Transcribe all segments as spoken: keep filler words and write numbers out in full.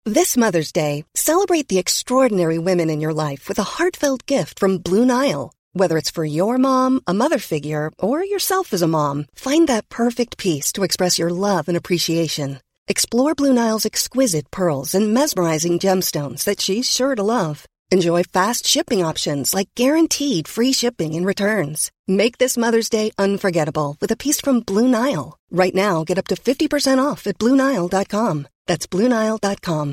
This Mother's Day, celebrate the extraordinary women in your life with a heartfelt gift from Blue Nile. Whether it's for your mom, a mother figure, or yourself as a mom, find that perfect piece to express your love and appreciation. Explore Blue Nile's exquisite pearls and mesmerizing gemstones that she's sure to love. Enjoy fast shipping options like guaranteed free shipping and returns. Make this Mother's Day unforgettable with a piece from Blue Nile. Right now, get up to fifty percent off at blue nile dot com. That's blue nile dot com.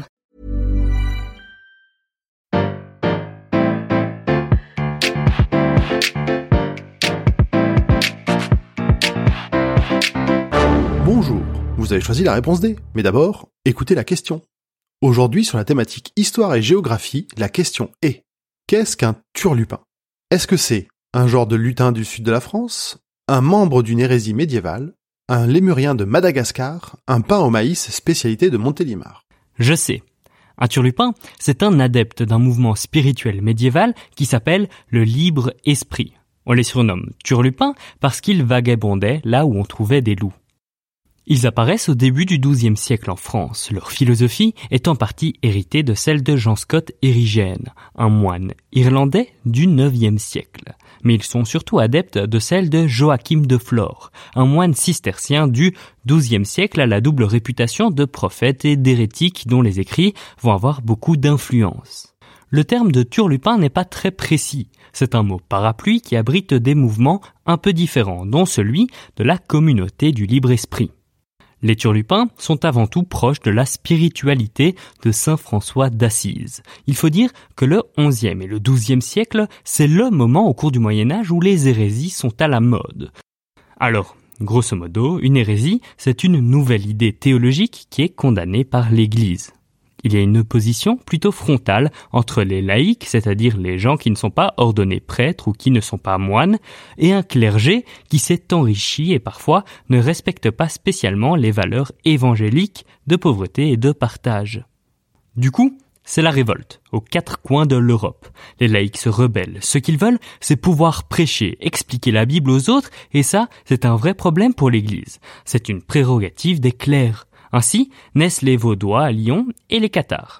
Bonjour, vous avez choisi la réponse D, mais d'abord, écoutez la question. Aujourd'hui, sur la thématique histoire et géographie, la question est: qu'est-ce qu'un turlupin? Est-ce que c'est un genre de lutin du sud de la France, un membre d'une hérésie médiévale, un lémurien de Madagascar, un pain au maïs spécialité de Montélimar? Je sais. Un turlupin, c'est un adepte d'un mouvement spirituel médiéval qui s'appelle le libre esprit. On les surnomme turlupins parce qu'ils vagabondaient là où on trouvait des loups. Ils apparaissent au début du douzième siècle en France, leur philosophie est en partie héritée de celle de Jean Scott Erigène, un moine irlandais du neuvième siècle. Mais ils sont surtout adeptes de celle de Joachim de Flore, un moine cistercien du douzième siècle à la double réputation de prophète et d'hérétique dont les écrits vont avoir beaucoup d'influence. Le terme de turlupin n'est pas très précis. C'est un mot parapluie qui abrite des mouvements un peu différents, dont celui de la communauté du libre esprit. Les turlupins sont avant tout proches de la spiritualité de saint François d'Assise. Il faut dire que le onzième et le douzième siècle, c'est le moment au cours du Moyen-Âge où les hérésies sont à la mode. Alors, grosso modo, une hérésie, c'est une nouvelle idée théologique qui est condamnée par l'Église. Il y a une opposition plutôt frontale entre les laïcs, c'est-à-dire les gens qui ne sont pas ordonnés prêtres ou qui ne sont pas moines, et un clergé qui s'est enrichi et parfois ne respecte pas spécialement les valeurs évangéliques de pauvreté et de partage. Du coup, c'est la révolte, aux quatre coins de l'Europe. Les laïcs se rebellent. Ce qu'ils veulent, c'est pouvoir prêcher, expliquer la Bible aux autres, et ça, c'est un vrai problème pour l'Église. C'est une prérogative des clercs. Ainsi naissent les Vaudois à Lyon et les Cathares.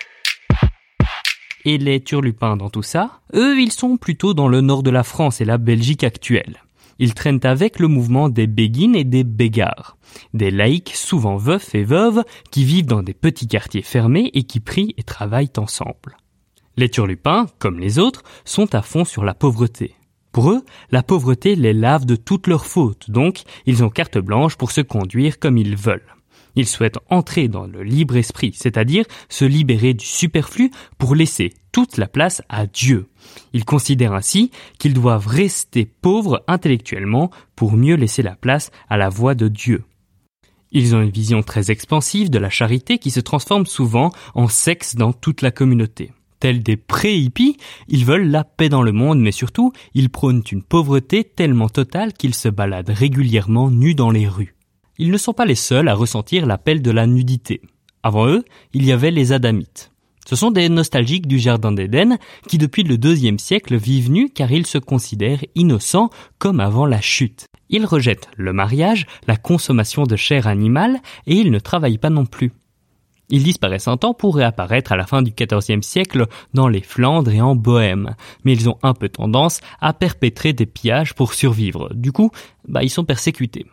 Et les turlupins dans tout ça, eux, ils sont plutôt dans le nord de la France et la Belgique actuelle. Ils traînent avec le mouvement des béguines et des bégards, des laïcs souvent veufs et veuves qui vivent dans des petits quartiers fermés et qui prient et travaillent ensemble. Les turlupins, comme les autres, sont à fond sur la pauvreté. Pour eux, la pauvreté les lave de toutes leurs fautes, donc ils ont carte blanche pour se conduire comme ils veulent. Ils souhaitent entrer dans le libre esprit, c'est-à-dire se libérer du superflu pour laisser toute la place à Dieu. Ils considèrent ainsi qu'ils doivent rester pauvres intellectuellement pour mieux laisser la place à la voix de Dieu. Ils ont une vision très expansive de la charité qui se transforme souvent en sexe dans toute la communauté. Tels des pré-hippies, ils veulent la paix dans le monde, mais surtout, ils prônent une pauvreté tellement totale qu'ils se baladent régulièrement nus dans les rues. Ils ne sont pas les seuls à ressentir l'appel de la nudité. Avant eux, il y avait les Adamites. Ce sont des nostalgiques du Jardin d'Éden qui, depuis le deuxième siècle, vivent nus car ils se considèrent innocents comme avant la chute. Ils rejettent le mariage, la consommation de chair animale et ils ne travaillent pas non plus. Ils disparaissent un temps pour réapparaître à la fin du quatorzième siècle dans les Flandres et en Bohême. Mais ils ont un peu tendance à perpétrer des pillages pour survivre. Du coup, bah, ils sont persécutés.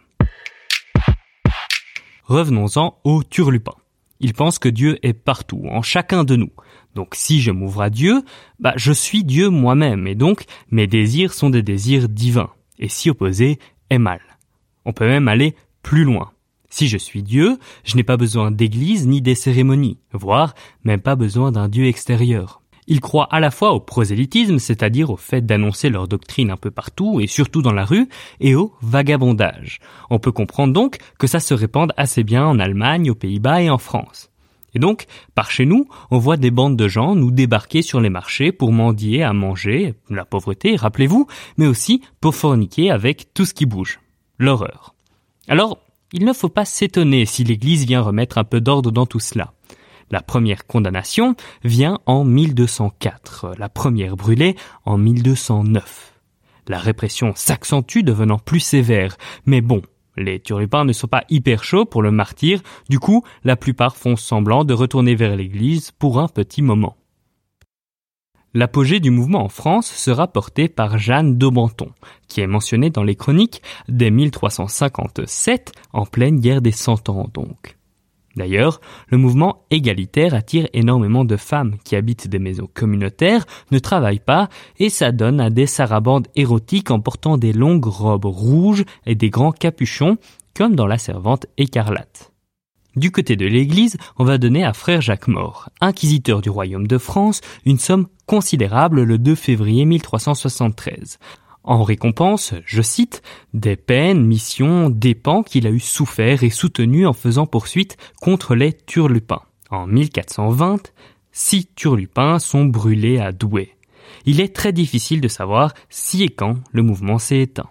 Revenons-en aux turlupins. Ils pensent que Dieu est partout, en chacun de nous. Donc si je m'ouvre à Dieu, bah je suis Dieu moi-même, et donc mes désirs sont des désirs divins. Et s'y opposer est mal. On peut même aller plus loin. Si je suis Dieu, je n'ai pas besoin d'église ni des cérémonies, voire même pas besoin d'un Dieu extérieur. Ils croient à la fois au prosélytisme, c'est-à-dire au fait d'annoncer leur doctrine un peu partout et surtout dans la rue, et au vagabondage. On peut comprendre donc que ça se répande assez bien en Allemagne, aux Pays-Bas et en France. Et donc, par chez nous, on voit des bandes de gens nous débarquer sur les marchés pour mendier à manger, la pauvreté, rappelez-vous, mais aussi pour forniquer avec tout ce qui bouge. L'horreur. Alors, il ne faut pas s'étonner si l'Église vient remettre un peu d'ordre dans tout cela. La première condamnation vient en mille deux cent quatre, la première brûlée en mille deux cent neuf. La répression s'accentue devenant plus sévère, mais bon, Les turlupins ne sont pas hyper chauds pour le martyre, du coup, la plupart font semblant de retourner vers l'église pour un petit moment. L'apogée du mouvement en France sera porté par Jeanne d'Aubenton, qui est mentionnée dans les chroniques dès mille trois cent cinquante-sept, en pleine guerre des Cent Ans donc. D'ailleurs, le mouvement égalitaire attire énormément de femmes qui habitent des maisons communautaires, ne travaillent pas, et s'adonnent à des sarabandes érotiques en portant des longues robes rouges et des grands capuchons, comme dans La Servante écarlate. Du côté de l'Église, on va donner à frère Jacques Maure, inquisiteur du royaume de France, une somme considérable le deux février mille trois cent soixante-treize. En récompense, je cite, des peines, missions, dépens qu'il a eu souffert et soutenu en faisant poursuite contre les turlupins. En mille quatre cent vingt, six turlupins sont brûlés à Douai. Il est très difficile de savoir si et quand le mouvement s'est éteint.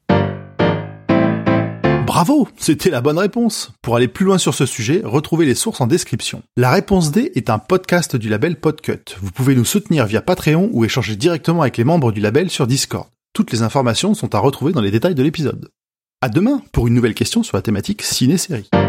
Bravo, c'était la bonne réponse. Pour aller plus loin sur ce sujet, retrouvez les sources en description. La réponse D est un podcast du label Podcut. Vous pouvez nous soutenir via Patreon ou échanger directement avec les membres du label sur Discord. Toutes les informations sont à retrouver dans les détails de l'épisode. À demain pour une nouvelle question sur la thématique ciné-série.